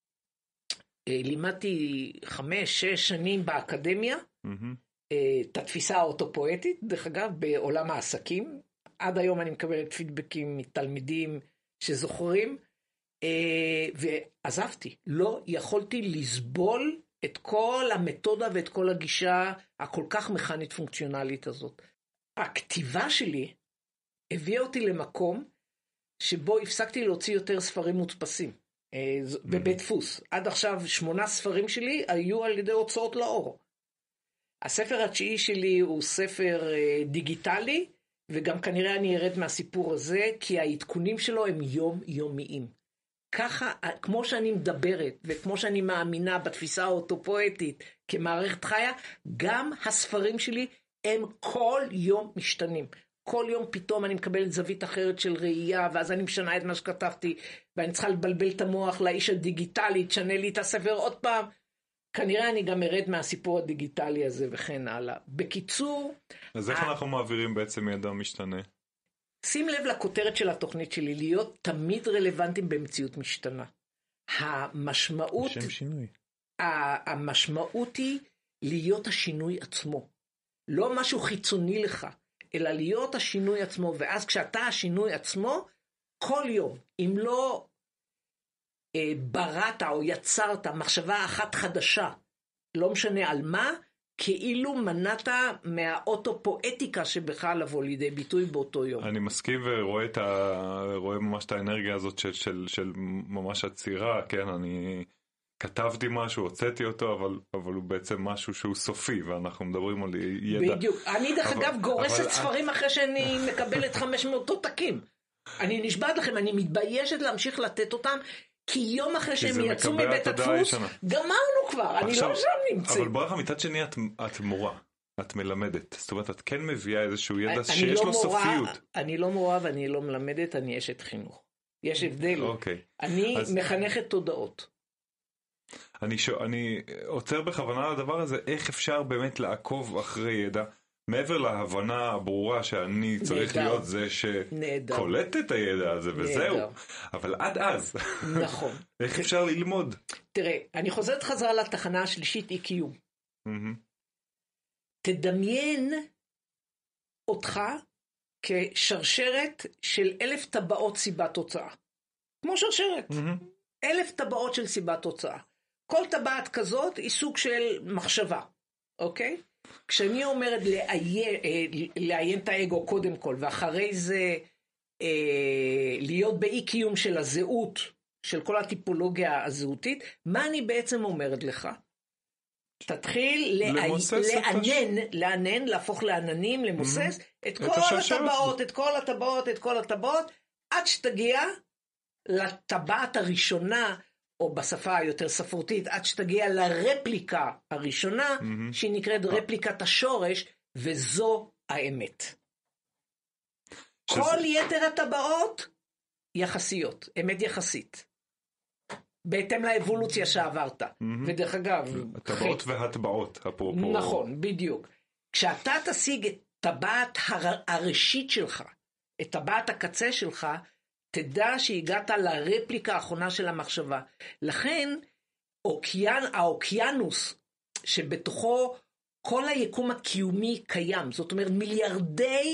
לימדתי חמש, שש שנים באקדמיה, את התפיסה האוטופואטית, דרך אגב, בעולם העסקים. עד היום אני מקבלת פידבקים מתלמידים שזוכרים, ועזבתי. לא יכולתי לסבול את כל המתודה ואת כל הגישה הכל כך מכנית פונקציונלית הזאת. הכתיבה שלי הביאה אותי למקום שבו הפסקתי להוציא יותר ספרים מודפסים. בבית דפוס. עד עכשיו שמונה ספרים שלי היו על ידי הוצאות לאור. הספר התשיעי שלי הוא ספר דיגיטלי, וגם כנראה אני ארד מהסיפור הזה, כי העדכונים שלו הם יום-יומיים. ככה, כמו שאני מדברת, וכמו שאני מאמינה בתפיסה האוטופואטית כמערכת חיה, גם הספרים שלי הם כל יום משתנים. כל יום פתאום אני מקבלת זווית אחרת של ראייה, ואז אני משנה את מה שכתבתי, ואני צריכה לבלבל את המוח לאיש הדיגיטלי, תשנה לי את הספר עוד פעם. כנראה אני גם ארד מהסיפור הדיגיטלי הזה וכן הלאה. בקיצור... אז איך אנחנו מעבירים בעצם ידע משתנה? שים לב לכותרת של התוכנית שלי, להיות תמיד רלוונטיים במציאות משתנה. המשמעות... לשם שינוי. המשמעות היא להיות השינוי עצמו. לא משהו חיצוני לך, אלא להיות השינוי עצמו, ואז כשאתה השינוי עצמו, כל יום, אם לא אה, בראת או יצרת מחשבה אחת חדשה, לא משנה על מה, כאילו מנעת מהאוטופואטיקה שבכלל לבוא לידי ביטוי באותו יום. אני מסכים ורואה את ה... רואה ממש את האנרגיה הזאת של, של, של ממש הצירה, כן, אני כתבתי משהו, הוצאתי אותו, אבל, אבל הוא בעצם משהו שהוא סופי, ואנחנו מדברים על ידע. בדיוק. אני דרך אבל, אגב גורסת אבל... ספרים אחרי שאני מקבלת חמש מאות עותקים. אני נשבעת לכם, אני מתביישת להמשיך לתת אותם, כי יום אחרי שהם יצאו מבית הדפוס, גמרנו כבר, אני לא שם נמצא. אבל ברכה, מצד שני את, את מורה, את מלמדת, זאת אומרת, את כן מביאה איזשהו ידע שיש לו סופיות. אני לא מורה ואני לא מלמדת, אני אשת חינוך. יש הבדל. אני מחנכת תודעות. אני, אני עוצר בכוונה על הדבר הזה, איך אפשר באמת לעקוב אחרי ידע, מעבר להבנה הברורה שאני צריך נהדר. להיות זה שקולט את הידע הזה וזהו. נהדר. אבל עד אז, נכון. איך אפשר ללמוד? תראה, אני חוזרת חזרה לתחנה השלישית, אי קיום. Mm-hmm. תדמיין אותך כשרשרת של אלף טבעות סיבת תוצאה. כמו שרשרת. Mm-hmm. אלף טבעות של סיבת תוצאה. כל טבעת כזאת היא סוג של מחשבה. אוקיי? כשאני אומרת לעיין, לעיין את האגו קודם כל, ואחרי זה אה, להיות באי קיום של הזהות, של כל הטיפולוגיה הזהותית, מה אני בעצם אומרת לך? תתחיל לענן, לענן, להפוך לעננים, למוסס, mm-hmm. את כל את הטבעות, את כל הטבעות, את כל הטבעות, עד שתגיע לטבעת הראשונה, או בשפה היותר ספרותית, עד שתגיע לרפליקה הראשונה, mm-hmm. שהיא נקראת רפליקת השורש, וזו האמת. שזה... כל יתר הטבעות יחסיות, אמת יחסית. בהתאם לאבולוציה שעברת. Mm-hmm. ודרך אגב... הטבעות חי... והטבעות, אפרופו. נכון, בדיוק. כשאתה תשיג את טבעת הר... הראשית שלך, את טבעת הקצה שלך, תדע שהגעת לרפליקה האחרונה של המחשבה. לכן, אוקיינ, האוקיינוס, שבתוכו כל היקום הקיומי קיים, זאת אומרת מיליארדי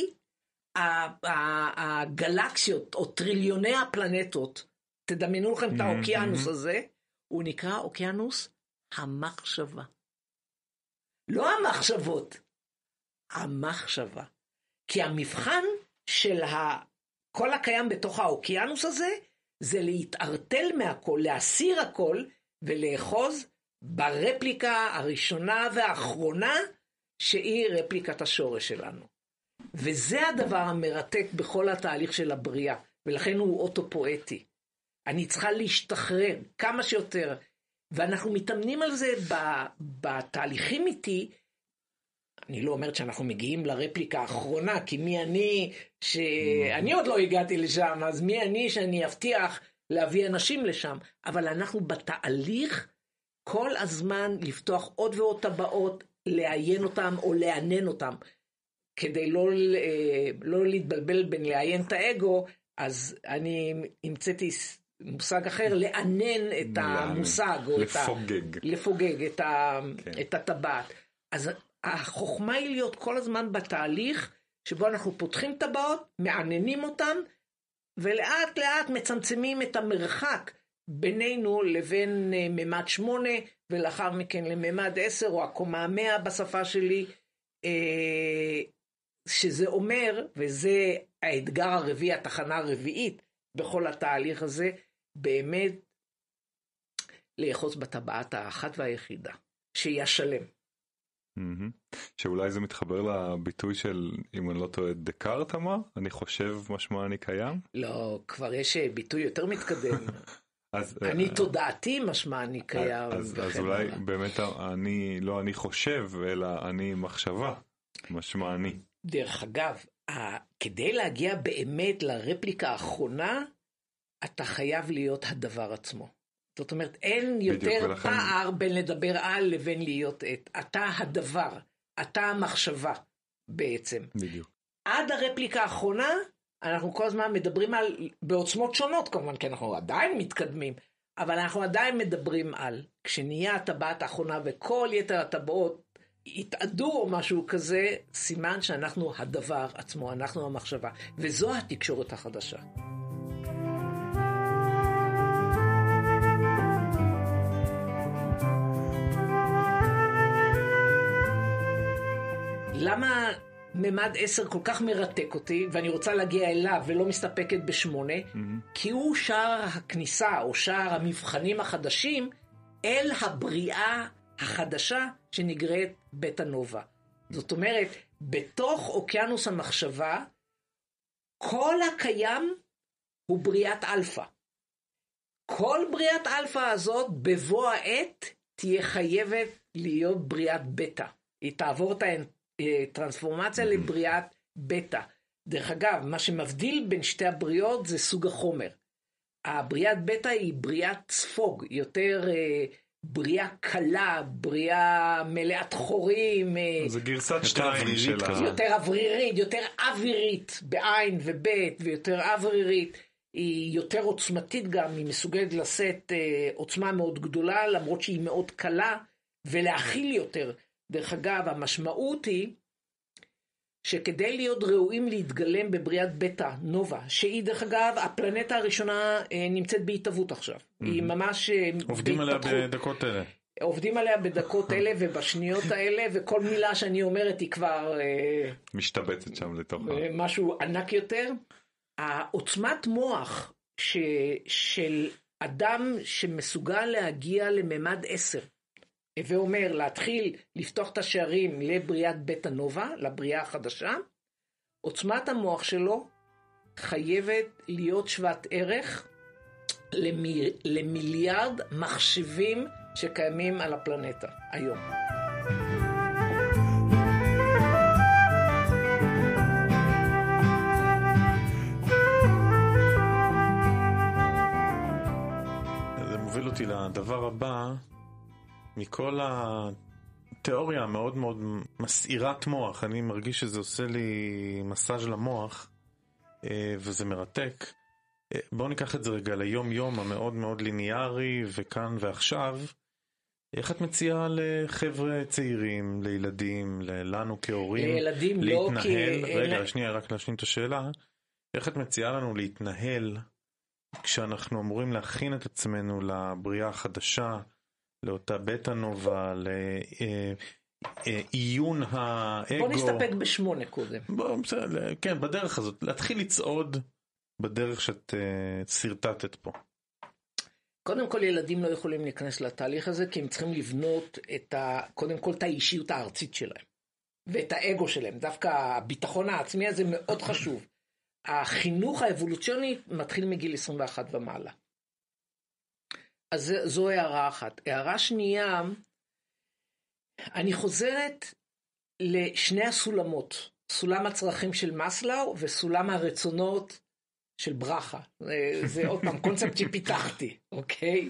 הגלקסיות, או טריליוני הפלנטות, תדמיינו לכם את האוקיינוס הזה, הוא נקרא אוקיינוס המחשבה. לא המחשבות, המחשבה. כי המבחן של ה... כל הקיים בתוך האוקיינוס הזה, זה להתערטל מהכל, להסיר הכל, ולאחוז ברפליקה הראשונה והאחרונה, שהיא רפליקת השורש שלנו. וזה הדבר המרתק בכל התהליך של הבריאה, ולכן הוא אוטופואטי. אני צריכה להשתחרר כמה שיותר, ואנחנו מתאמנים על זה בתהליכים איתי, אני לא אומרת שאנחנו מגיעים לרפליקה האחרונה, כי מי אני, שאני עוד לא הגעתי לשם, אז מי אני שאני אבטיח להביא אנשים לשם, אבל אנחנו בתהליך כל הזמן לפתוח עוד ועוד טבעות, לעיין אותם או לענן אותם, כדי לא, לא להתבלבל בין לעיין את האגו, אז אני המצאתי מושג אחר, לענן את המושג, או לפוגג. את ה, לפוגג את, ה, כן. את הטבעת. אז החוכמה היא להיות כל הזמן בתהליך, שבו אנחנו פותחים טבעות, מעננים אותם, ולאט לאט מצמצמים את המרחק בינינו לבין ממד שמונה, ולאחר מכן לממד עשר, או הקומה המאה בשפה שלי, שזה אומר, וזה האתגר הרביעי, התחנה הרביעית, בכל התהליך הזה, באמת לאחוז בטבעת האחת והיחידה, שהיא השלם. שאולי זה מתחבר לביטוי של, אם אני לא טועה, דקארט אמר, אני חושב משמע אני קיים? לא, כבר יש ביטוי יותר מתקדם. אני תודעתי משמע אני קיים. אז אולי באמת אני, לא אני חושב, אלא אני מחשבה, משמע אני. דרך אגב, כדי להגיע באמת לרפליקה האחרונה, אתה חייב להיות הדבר עצמו. זאת אומרת, אין יותר ולכן... פער בין לדבר על לבין להיות את. אתה הדבר, אתה המחשבה בעצם. בדיוק. עד הרפליקה האחרונה, אנחנו כל הזמן מדברים על, בעוצמות שונות כמובן, כי אנחנו עדיין מתקדמים, אבל אנחנו עדיין מדברים על, כשנהיה הטבעת האחרונה וכל יתר הטבעות יתעדו או משהו כזה, סימן שאנחנו הדבר עצמו, אנחנו המחשבה. וזו התקשורת החדשה. למה ממד עשר כל כך מרתק אותי, ואני רוצה להגיע אליו ולא מסתפקת בשמונה, mm-hmm. כי הוא שער הכניסה או שער המבחנים החדשים אל הבריאה החדשה שנגראת בטא נובה. זאת אומרת, בתוך אוקיינוס המחשבה, כל הקיים הוא בריאת אלפא. כל בריאת אלפא הזאת בבוא העת תהיה חייבת להיות בריאת בטא. היא תעבור את טרנספורמציה לבריאת בטא. דרך אגב, מה שמבדיל בין שתי הבריאות זה סוג החומר. הבריאת בטא היא בריאת ספוג, יותר אה, בריאה קלה, בריאה מלאת חורים. אה, זה גרסת שתיים שלה. יותר אוורירית, יותר אווירית בעין ובית, ויותר אוורירית. היא יותר עוצמתית גם, היא מסוגלת לשאת אה, עוצמה מאוד גדולה, למרות שהיא מאוד קלה, ולהכיל יותר. דרך אגב, המשמעות היא שכדי להיות ראויים להתגלם בבריאת בטא נובה, שהיא דרך אגב, הפלנטה הראשונה נמצאת בהתהוות עכשיו. Mm-hmm. היא ממש עובדים בהתפתחות. עליה בדקות אלה. עובדים עליה בדקות אלה ובשניות האלה, וכל מילה שאני אומרת היא כבר משתבצת שם לתוך משהו ענק יותר. העוצמת מוח ש... של אדם שמסוגל להגיע לממד עשר, ואומר להתחיל לפתוח את השערים לבריאת בטא נובה, לבריאה החדשה, עוצמת המוח שלו חייבת להיות שוות ערך למי, למיליארד מחשבים שקיימים על הפלנטה היום. זה מוביל אותי לדבר הבא, מכל התיאוריה המאוד מאוד מסעירת מוח, אני מרגיש שזה עושה לי מסאז' למוח, וזה מרתק. בואו ניקח את זה רגע ליום יום המאוד מאוד ליניארי וכאן ועכשיו. איך את מציעה לחבר'ה צעירים, לילדים, לנו כהורים, לילדים להתנהל? לא כי... רגע, שנייה, רק להשלים את השאלה. איך את מציעה לנו להתנהל כשאנחנו אמורים להכין את עצמנו לבריאה החדשה, לאותה בטא נובה, לעיון האגו? בוא נסתפק בשמונה קודם. בוא, בסדר, כן, בדרך הזאת, להתחיל לצעוד בדרך שאת uh, סרטטת פה. קודם כל ילדים לא יכולים להיכנס לתהליך הזה, כי הם צריכים לבנות את ה, קודם כל את האישיות הארצית שלהם, ואת האגו שלהם. דווקא הביטחון העצמי הזה מאוד חשוב. החינוך האבולוציוני מתחיל מגיל עשרים ואחת ומעלה. אז זו הערה אחת. הערה שנייה, אני חוזרת לשני הסולמות, סולם הצרכים של מסלאו וסולם הרצונות של ברכה. זה עוד פעם קונספט שפיתחתי, אוקיי?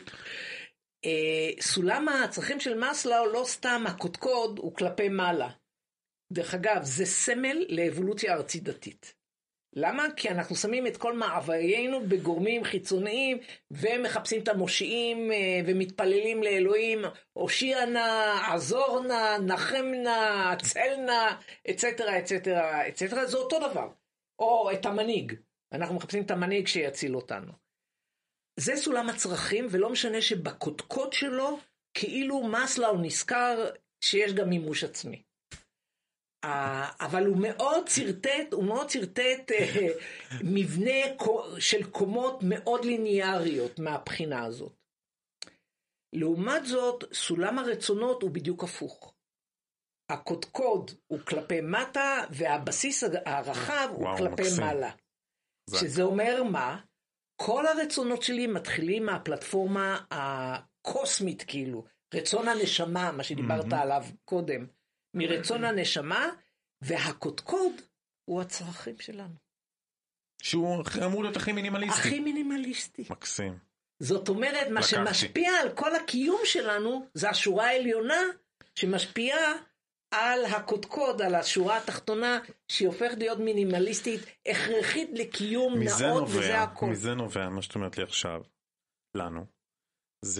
סולם הצרכים של מסלאו לא סתם הקודקוד הוא כלפי מעלה. דרך אגב, זה סמל לאבולוציה ארצית דתית. למה? כי אנחנו שמים את כל מעבריינו בגורמים חיצוניים, ומחפשים את המושיעים, ומתפללים לאלוהים, הושיע נא, עזור נא, נחם נא, הצל נא, אצטרה, אצטרה, אצטרה, זה אותו דבר. או את המנהיג. אנחנו מחפשים את המנהיג שיציל אותנו. זה סולם הצרכים, ולא משנה שבקודקוד שלו, כאילו מסלאו נזכר שיש גם מימוש עצמי. אבל הוא מאוד צרטט, הוא מאוד צרטט מבנה של קומות מאוד ליניאריות מהבחינה הזאת. לעומת זאת, סולם הרצונות הוא בדיוק הפוך. הקודקוד הוא כלפי מטה, והבסיס הרחב הוא וואו, כלפי מקסים. מעלה. זה. שזה אומר מה? כל הרצונות שלי מתחילים מהפלטפורמה הקוסמית, כאילו. רצון הנשמה, מה שדיברת עליו קודם. מרצון הנשמה, והקודקוד הוא הצרכים שלנו. שהוא אמור להיות הכי מינימליסטי. הכי מינימליסטי. מקסים. זאת אומרת, מה לקחתי. שמשפיע על כל הקיום שלנו, זה השורה העליונה, שמשפיעה על הקודקוד, על השורה התחתונה, שהיא הופכת להיות מינימליסטית, הכרחית לקיום נאות, נובע, וזה הכל. מזה נובע, מה שאת אומרת לי עכשיו, לנו, זה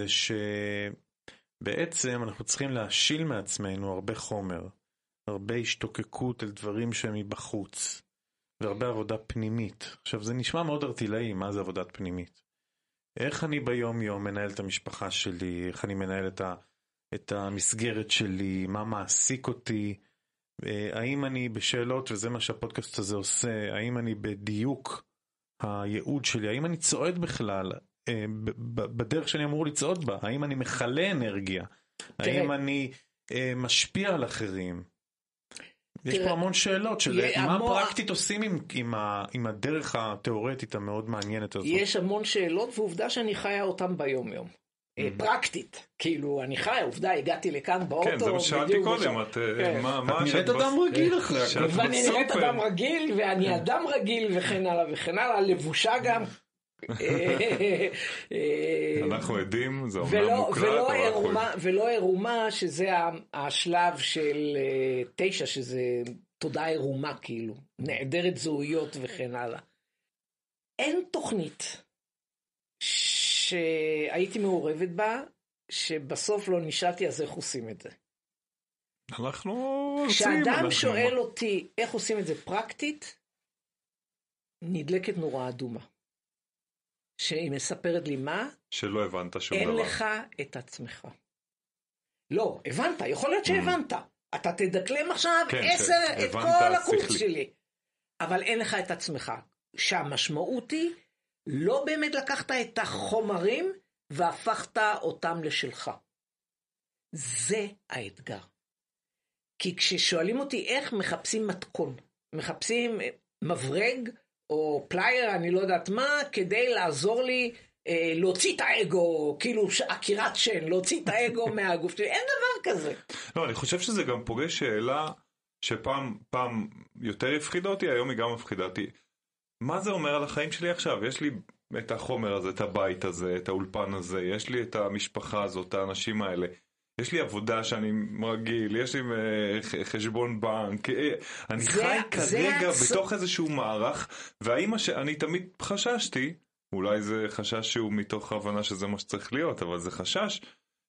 שבעצם אנחנו צריכים להשיל מעצמנו הרבה חומר, הרבה השתוקקות על דברים שהם מבחוץ, והרבה עבודה פנימית. עכשיו, זה נשמע מאוד ארטילאי, מה זה עבודת פנימית? איך אני ביום יום מנהל את המשפחה שלי, איך אני מנהל את, ה, את המסגרת שלי, מה מעסיק אותי, האם אני בשאלות, וזה מה שהפודקאסט הזה עושה, האם אני בדיוק הייעוד שלי, האם אני צועד בכלל בדרך שאני אמור לצעוד בה, האם אני מחלה אנרגיה, האם אני משפיע על אחרים. יש פה המון שאלות של מה פרקטית עושים עם, עם, ה, עם הדרך התיאורטית המאוד מעניינת הזאת. יש המון שאלות, ועובדה שאני חיה אותם ביום יום. פרקטית, כאילו אני חי, עובדה, הגעתי לכאן באוטו. כן, זה מה שאלתי קודם, את נראית אדם רגיל אחרי. ואני נראית אדם רגיל, ואני אדם רגיל, וכן הלאה וכן הלאה, לבושה גם. אנחנו עדים, זה אומנם מוקלט. ולא עירומה, שזה השלב של תשע, שזה תודעה עירומה, כאילו, נעדרת זהויות וכן הלאה. אין תוכנית שהייתי מעורבת בה, שבסוף לא נשאלתי, אז איך עושים את זה? אנחנו עושים. כשאדם שואל אותי איך עושים את זה פרקטית, נדלקת נורה אדומה. שהיא מספרת לי מה? שלא הבנת שום אין דבר. לך את עצמך. לא, הבנת, יכול להיות שהבנת. אתה תדקלם עכשיו עשר את כל הקורס שלי. אבל אין לך את עצמך. שהמשמעות היא, לא באמת לקחת את החומרים, והפכת אותם לשלך. זה האתגר. כי כששואלים אותי איך מחפשים מתכון, מחפשים מברג, או פלייר, אני לא יודעת מה, כדי לעזור לי אה, להוציא את האגו, כאילו עקירת שן, להוציא את האגו מהגוף שלי, אין דבר כזה. לא, אני חושב שזה גם פוגש שאלה שפעם פעם יותר הפחידה אותי, היום היא גם הפחידה אותי. מה זה אומר על החיים שלי עכשיו? יש לי את החומר הזה, את הבית הזה, את האולפן הזה, יש לי את המשפחה הזאת, את האנשים האלה. יש לי עבודה שאני רגיל, יש לי חשבון בנק, אני זה, חי זה כרגע הצ... בתוך איזשהו מערך, והאם שאני תמיד חששתי, אולי זה חשש שהוא מתוך הבנה שזה מה שצריך להיות, אבל זה חשש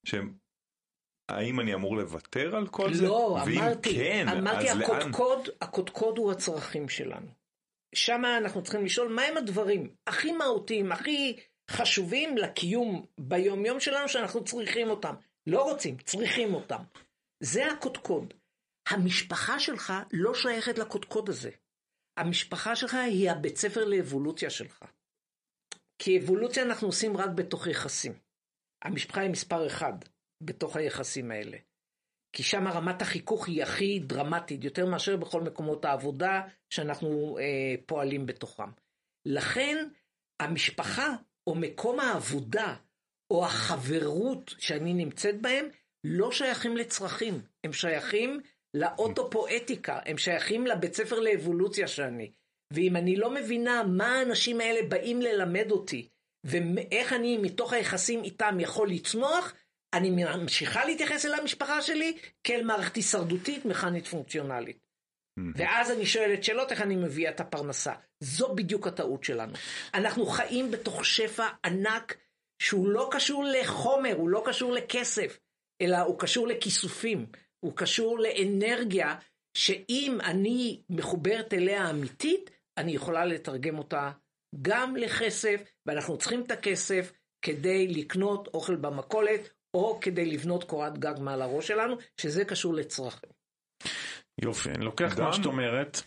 שהאם אני אמור לוותר על כל לא, זה? לא, אמרתי, כן, אמרתי הקודקוד, הקודקוד הוא הצרכים שלנו. שם אנחנו צריכים לשאול מהם הדברים הכי מהותיים, הכי חשובים לקיום ביום יום שלנו שאנחנו צריכים אותם. לא רוצים, צריכים אותם. זה הקודקוד. המשפחה שלך לא שייכת לקודקוד הזה. המשפחה שלך היא הבית ספר לאבולוציה שלך. כי אבולוציה אנחנו עושים רק בתוך יחסים. המשפחה היא מספר אחד בתוך היחסים האלה. כי שם רמת החיכוך היא הכי דרמטית, יותר מאשר בכל מקומות העבודה שאנחנו אה, פועלים בתוכם. לכן המשפחה או מקום העבודה, או החברות שאני נמצאת בהם, לא שייכים לצרכים. הם שייכים לאוטופואטיקה, הם שייכים לבית ספר לאבולוציה שאני. ואם אני לא מבינה מה האנשים האלה באים ללמד אותי, ואיך אני מתוך היחסים איתם יכול לצמוח, אני ממשיכה להתייחס אל המשפחה שלי כאל מערכת הישרדותית, מכנית פונקציונלית. ואז אני שואלת שאלות איך אני מביאה את הפרנסה. זו בדיוק הטעות שלנו. אנחנו חיים בתוך שפע ענק, שהוא לא קשור לחומר, הוא לא קשור לכסף, אלא הוא קשור לכיסופים, הוא קשור לאנרגיה, שאם אני מחוברת אליה אמיתית, אני יכולה לתרגם אותה גם לכסף, ואנחנו צריכים את הכסף כדי לקנות אוכל במכולת, או כדי לבנות קורת גג מעל הראש שלנו, שזה קשור לצרכים. יופי, אני לוקח מה שאת אומרת,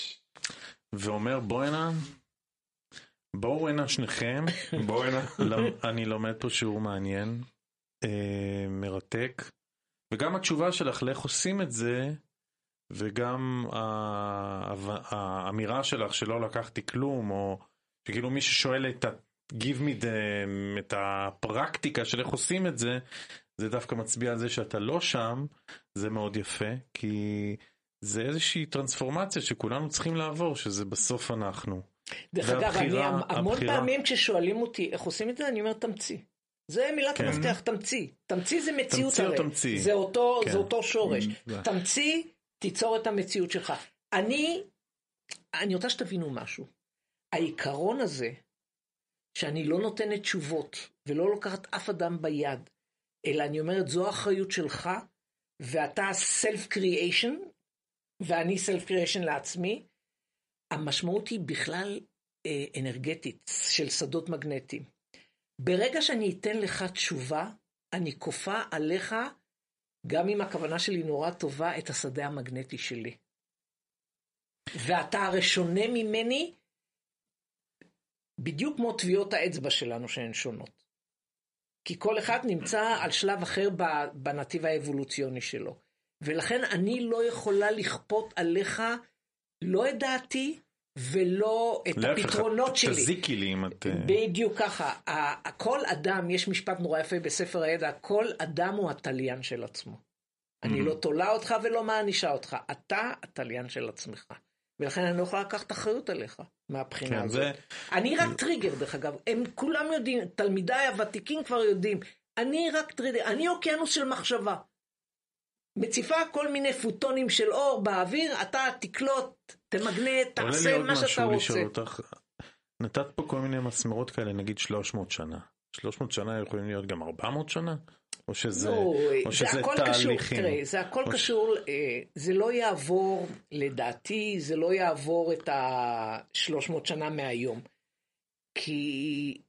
ואומר בוא הנה, בואו הנה שניכם, בואו הנה, אני לומד פה שיעור מעניין, אה, מרתק, וגם התשובה שלך לאיך עושים את זה, וגם האמירה שלך שלא לקחתי כלום, או שכאילו מי ששואל את ה... give me the, את הפרקטיקה של איך עושים את זה, זה דווקא מצביע על זה שאתה לא שם, זה מאוד יפה, כי זה איזושהי טרנספורמציה שכולנו צריכים לעבור, שזה בסוף אנחנו. דרך אגב, אני המון פעמים כששואלים אותי איך עושים את זה, אני אומר תמציא. זה מילת המפתח, תמציא. תמציא זה מציאות הרי. זה אותו שורש. תמציא, תיצור את המציאות שלך. אני, אני רוצה שתבינו משהו. העיקרון הזה, שאני לא נותנת תשובות, ולא לוקחת אף אדם ביד, אלא אני אומרת, זו האחריות שלך, ואתה self-creation, ואני self-creation לעצמי, המשמעות היא בכלל אה, אנרגטית, של שדות מגנטיים. ברגע שאני אתן לך תשובה, אני כופה עליך, גם אם הכוונה שלי נורא טובה, את השדה המגנטי שלי. ואתה הרי שונה ממני, בדיוק כמו טביעות האצבע שלנו שהן שונות. כי כל אחד נמצא על שלב אחר בנתיב האבולוציוני שלו. ולכן אני לא יכולה לכפות עליך לא את דעתי ולא את הפתרונות שלי. תזיקי לי אם את... בדיוק ככה. כל אדם, יש משפט נורא יפה בספר הידע, כל אדם הוא התליין של עצמו. אני לא תולה אותך ולא מענישה אותך. אתה התליין של עצמך. ולכן אני לא יכולה לקחת אחריות עליך מהבחינה כן, הזאת. זה... אני רק טריגר, דרך אגב. הם כולם יודעים, תלמידיי הוותיקים כבר יודעים. אני רק טריגר, אני אוקיינוס של מחשבה. מציפה כל מיני פוטונים של אור באוויר, אתה תקלוט, תמגנט, תעשה מה שאתה רוצה. אותך, נתת פה כל מיני מסמרות כאלה, נגיד שלוש מאות שנה. שלוש מאות שנה יכולים להיות גם ארבע מאות שנה? או שזה, לא, או שזה זה הכל תהליכים? קשור, תראה, זה הכל או קשור, ש... זה לא יעבור, לדעתי, זה לא יעבור את ה-שלוש מאות שנה מהיום. כי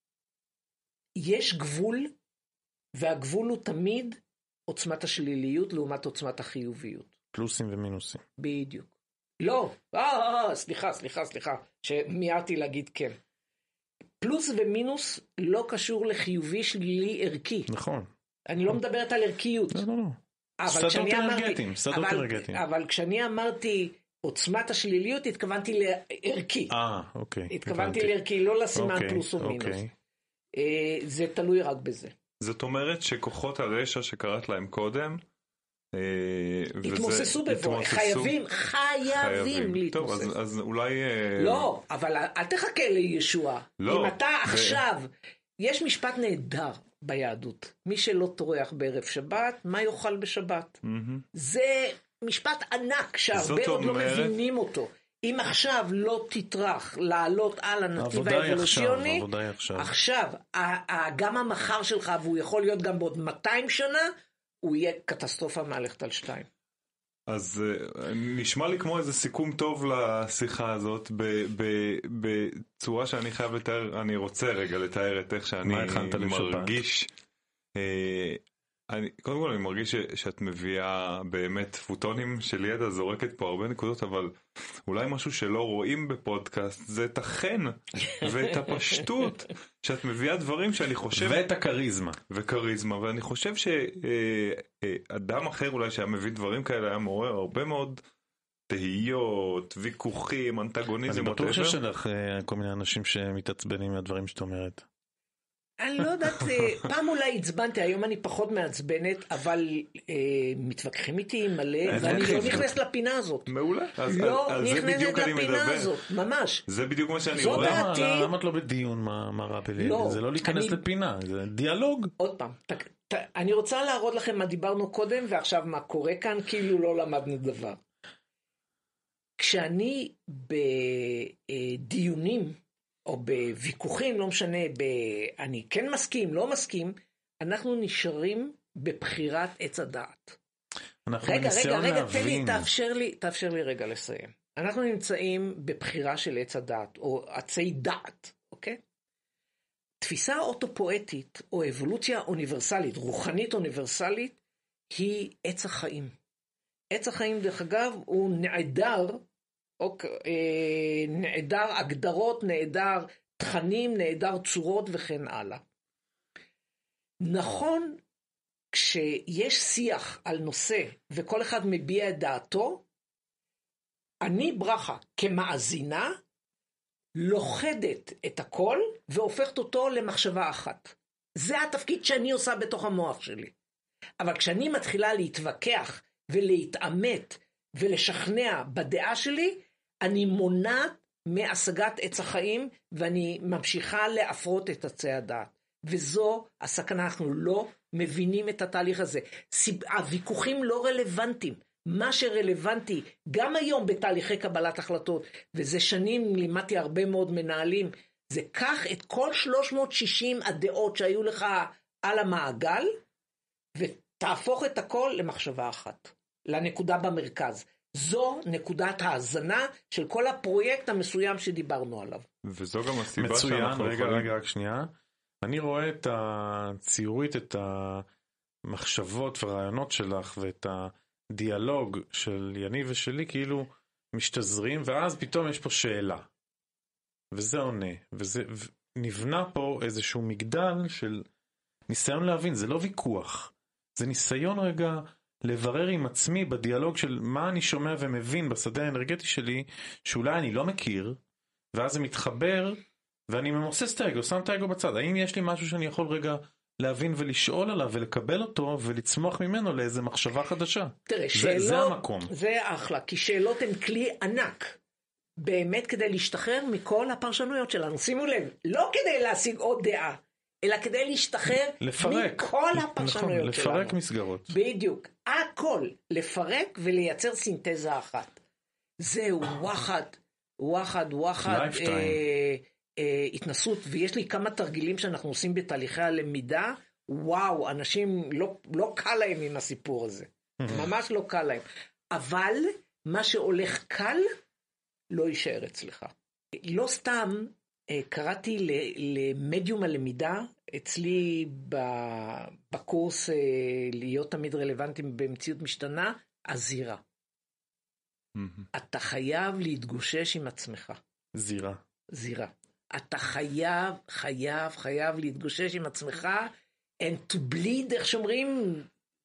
יש גבול, והגבול הוא תמיד עוצמת השליליות לעומת עוצמת החיוביות. פלוסים ומינוסים. בדיוק. לא, אה, אה, סליחה, סליחה, סליחה, שמיהרתי להגיד כן. פלוס ומינוס לא קשור לחיובי שלילי ערכי. נכון. אני לא מדברת על ערכיות. לא, לא, לא. אבל שדות אנרגטיים, שדות אנרגטיים. אבל כשאני אמרתי עוצמת השליליות, התכוונתי לערכי. אה, אוקיי. התכוונתי לערכי, לא לסימן פלוס ומינוס. זה תלוי רק בזה. זאת אומרת שכוחות הרשע שקראת להם קודם, התמוססו בבוא, חייבים, חייבים להתמוסס. טוב, אז אולי... לא, אבל אל תחכה לישוע. אם אתה עכשיו, יש משפט נהדר ביהדות, מי שלא טורח בערב שבת, מה יאכל בשבת? זה משפט ענק, שהרבה עוד לא מבינים אותו. אם עכשיו לא תטרח לעלות על הנתיב האבולוציוני, עכשיו, גם המחר שלך, והוא יכול להיות גם בעוד מאתיים שנה, הוא יהיה קטסטרופה מהלכת על שתיים. אז נשמע לי כמו איזה סיכום טוב לשיחה הזאת, בצורה שאני חייב לתאר, אני רוצה רגע לתאר את איך שאני מרגיש. אני, קודם כל אני מרגיש ש, שאת מביאה באמת פוטונים של ידע, זורקת פה הרבה נקודות, אבל אולי משהו שלא רואים בפודקאסט זה את החן ואת הפשטות שאת מביאה דברים שאני חושב... ואת הקריזמה. וקריזמה, ואני חושב שאדם אחר אולי שהיה מביא דברים כאלה היה מעורר הרבה מאוד תהיות, ויכוחים, אנטגוניזם. אני בטוח שיש לך כל מיני אנשים שמתעצבנים מהדברים שאת אומרת. אני לא יודעת, פעם אולי הצבנתי, היום אני פחות מעצבנת, אבל אה, מתווכחים איתי מלא, ואני לא נכנס לפינה הזאת. מעולה. אז, לא אז נכנסת לפינה הזאת, ממש. זה בדיוק מה שאני רואה. דעתי... למה את לא בדיון מה, מה רע בלי? לא, זה לא להיכנס אני... לפינה, זה דיאלוג. עוד פעם, ת, ת, אני רוצה להראות לכם מה דיברנו קודם, ועכשיו מה קורה כאן, כאילו לא למדנו דבר. כשאני בדיונים, או בוויכוחים, לא משנה, ב... אני כן מסכים, לא מסכים, אנחנו נשארים בבחירת עץ הדעת. רגע, רגע, רגע, תן לי, תאפשר לי, תאפשר לי רגע לסיים. אנחנו נמצאים בבחירה של עץ הדעת, או עצי דעת, אוקיי? תפיסה אוטופואטית, או אבולוציה אוניברסלית, רוחנית אוניברסלית, היא עץ החיים. עץ החיים, דרך אגב, הוא נעדר, נעדר הגדרות, נעדר תכנים, נעדר צורות וכן הלאה. נכון, כשיש שיח על נושא וכל אחד מביע את דעתו, אני ברכה כמאזינה לוחדת את הכל והופכת אותו למחשבה אחת. זה התפקיד שאני עושה בתוך המוח שלי. אבל כשאני מתחילה להתווכח ולהתאמת ולשכנע בדעה שלי, אני מונעת מהשגת עץ החיים ואני ממשיכה להפרות את עצי הדעת. וזו הסכנה, אנחנו לא מבינים את התהליך הזה. הוויכוחים לא רלוונטיים. מה שרלוונטי גם היום בתהליכי קבלת החלטות, וזה שנים לימדתי הרבה מאוד מנהלים, זה קח את כל שלוש מאות ושישים הדעות שהיו לך על המעגל, ותהפוך את הכל למחשבה אחת, לנקודה במרכז. זו נקודת ההזנה של כל הפרויקט המסוים שדיברנו עליו. וזו גם הסיבה מצוין, שאנחנו רגע, יכולים... רגע, רק שנייה. אני רואה את הציורית, את המחשבות והרעיונות שלך, ואת הדיאלוג של יניב ושלי, כאילו משתזרים, ואז פתאום יש פה שאלה. וזה עונה, וזה נבנה פה איזשהו מגדל של ניסיון להבין, זה לא ויכוח, זה ניסיון רגע לברר עם עצמי בדיאלוג של מה אני שומע ומבין בשדה האנרגטי שלי, שאולי אני לא מכיר, ואז זה מתחבר, ואני ממוסס את האגו, שם את האגו בצד. האם יש לי משהו שאני יכול רגע להבין ולשאול עליו ולקבל אותו ולצמוח ממנו לאיזה מחשבה חדשה? תראה, זה, שאלות, זה המקום. זה אחלה, כי שאלות הן כלי ענק. באמת כדי להשתחרר מכל הפרשנויות שלנו. שימו לב, לא כדי להשיג עוד דעה, אלא כדי להשתחרר לפרק. מכל הפרשנויות נכון, שלנו. לפרק מסגרות. בדיוק. הכל. לפרק ולייצר סינתזה אחת. זהו, וואחד, וואחד, וואחד, אה, אה, התנסות, ויש לי כמה תרגילים שאנחנו עושים בתהליכי הלמידה, וואו, אנשים לא, לא קל להם עם הסיפור הזה. ממש לא קל להם. אבל מה שהולך קל, לא יישאר אצלך. לא סתם קראתי למדיום הלמידה, אצלי בקורס להיות תמיד רלוונטיים במציאות משתנה, הזירה. אתה חייב להתגושש עם עצמך. זירה. זירה. אתה חייב, חייב, חייב להתגושש עם עצמך, and to bleed, איך שאומרים,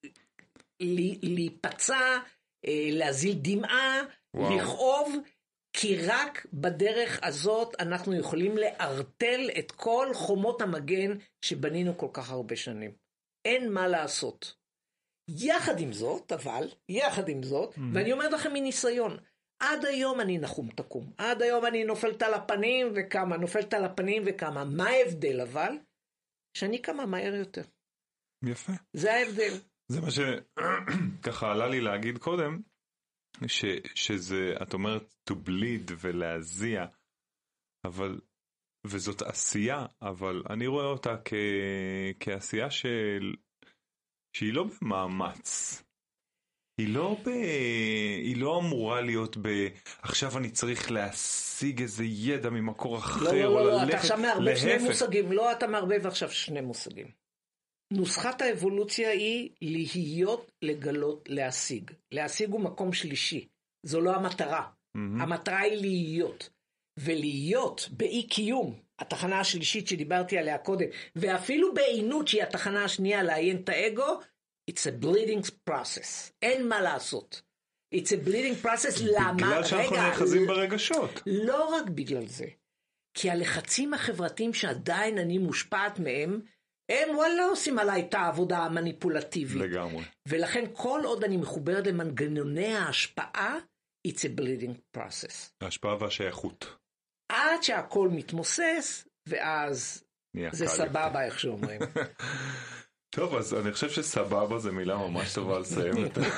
להיפצע, להזיל דמעה, לכאוב, כי רק בדרך הזאת אנחנו יכולים לארטל את כל חומות המגן שבנינו כל כך הרבה שנים. אין מה לעשות. יחד עם זאת, אבל, יחד עם זאת, mm-hmm. ואני אומר לכם מניסיון, עד היום אני נחום תקום. עד היום אני נופלת על הפנים וכמה, נופלת על הפנים וכמה. מה ההבדל אבל? שאני כמה מהר יותר. יפה. זה ההבדל. זה מה שככה עלה לי להגיד קודם, ש, שזה, את אומרת, to bleed ולהזיע, אבל, וזאת עשייה, אבל אני רואה אותה כ, כעשייה של, שהיא לא במאמץ. היא לא, ב... היא לא אמורה להיות ב... עכשיו אני צריך להשיג איזה ידע ממקור אחר. לא, לא, לא, ללכת... אתה עכשיו מערבב שני מושגים. לא, אתה מערבב עכשיו שני מושגים. נוסחת האבולוציה היא להיות, לגלות, להשיג. להשיג הוא מקום שלישי. זו לא המטרה. Mm-hmm. המטרה היא להיות. ולהיות באי קיום, התחנה השלישית שדיברתי עליה קודם, ואפילו בעינות שהיא התחנה השנייה לעיין את האגו, it's a bleeding process. אין מה לעשות. It's a bleeding process. למה? בגלל שאנחנו נאחזים ברגשות. לא רק בגלל זה. כי הלחצים החברתיים שעדיין אני מושפעת מהם, הם וואלה עושים עליי את העבודה המניפולטיבית. לגמרי. ולכן כל עוד אני מחוברת למנגנוני ההשפעה, it's a bleeding process. ההשפעה והשייכות. עד שהכל מתמוסס, ואז זה סבבה איך שאומרים. טוב, אז אני חושב שסבבה זה מילה ממש טובה לסיים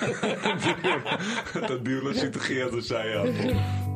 את הדיון השטחי הזה שהיה פה.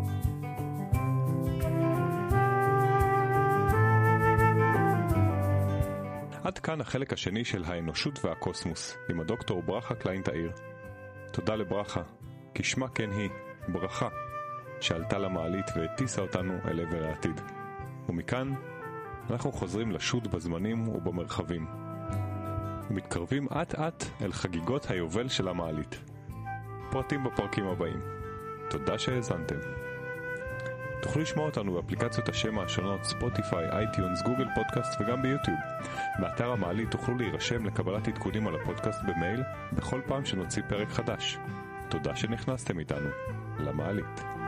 עד כאן החלק השני של האנושות והקוסמוס, עם הדוקטור ברכה קליין תאיר. תודה לברכה, כי שמה כן היא, ברכה, שעלתה למעלית והטיסה אותנו אל עבר העתיד. ומכאן אנחנו חוזרים לשוט בזמנים ובמרחבים. ומתקרבים עט עט אל חגיגות היובל של המעלית. פרטים בפרקים הבאים. תודה שהאזנתם. תוכלו לשמוע אותנו באפליקציות השם השונות ספוטיפיי, אייטיונס, גוגל פודקאסט וגם ביוטיוב. באתר המעלית תוכלו להירשם לקבלת עדכונים על הפודקאסט במייל בכל פעם שנוציא פרק חדש. תודה שנכנסתם איתנו למעלית.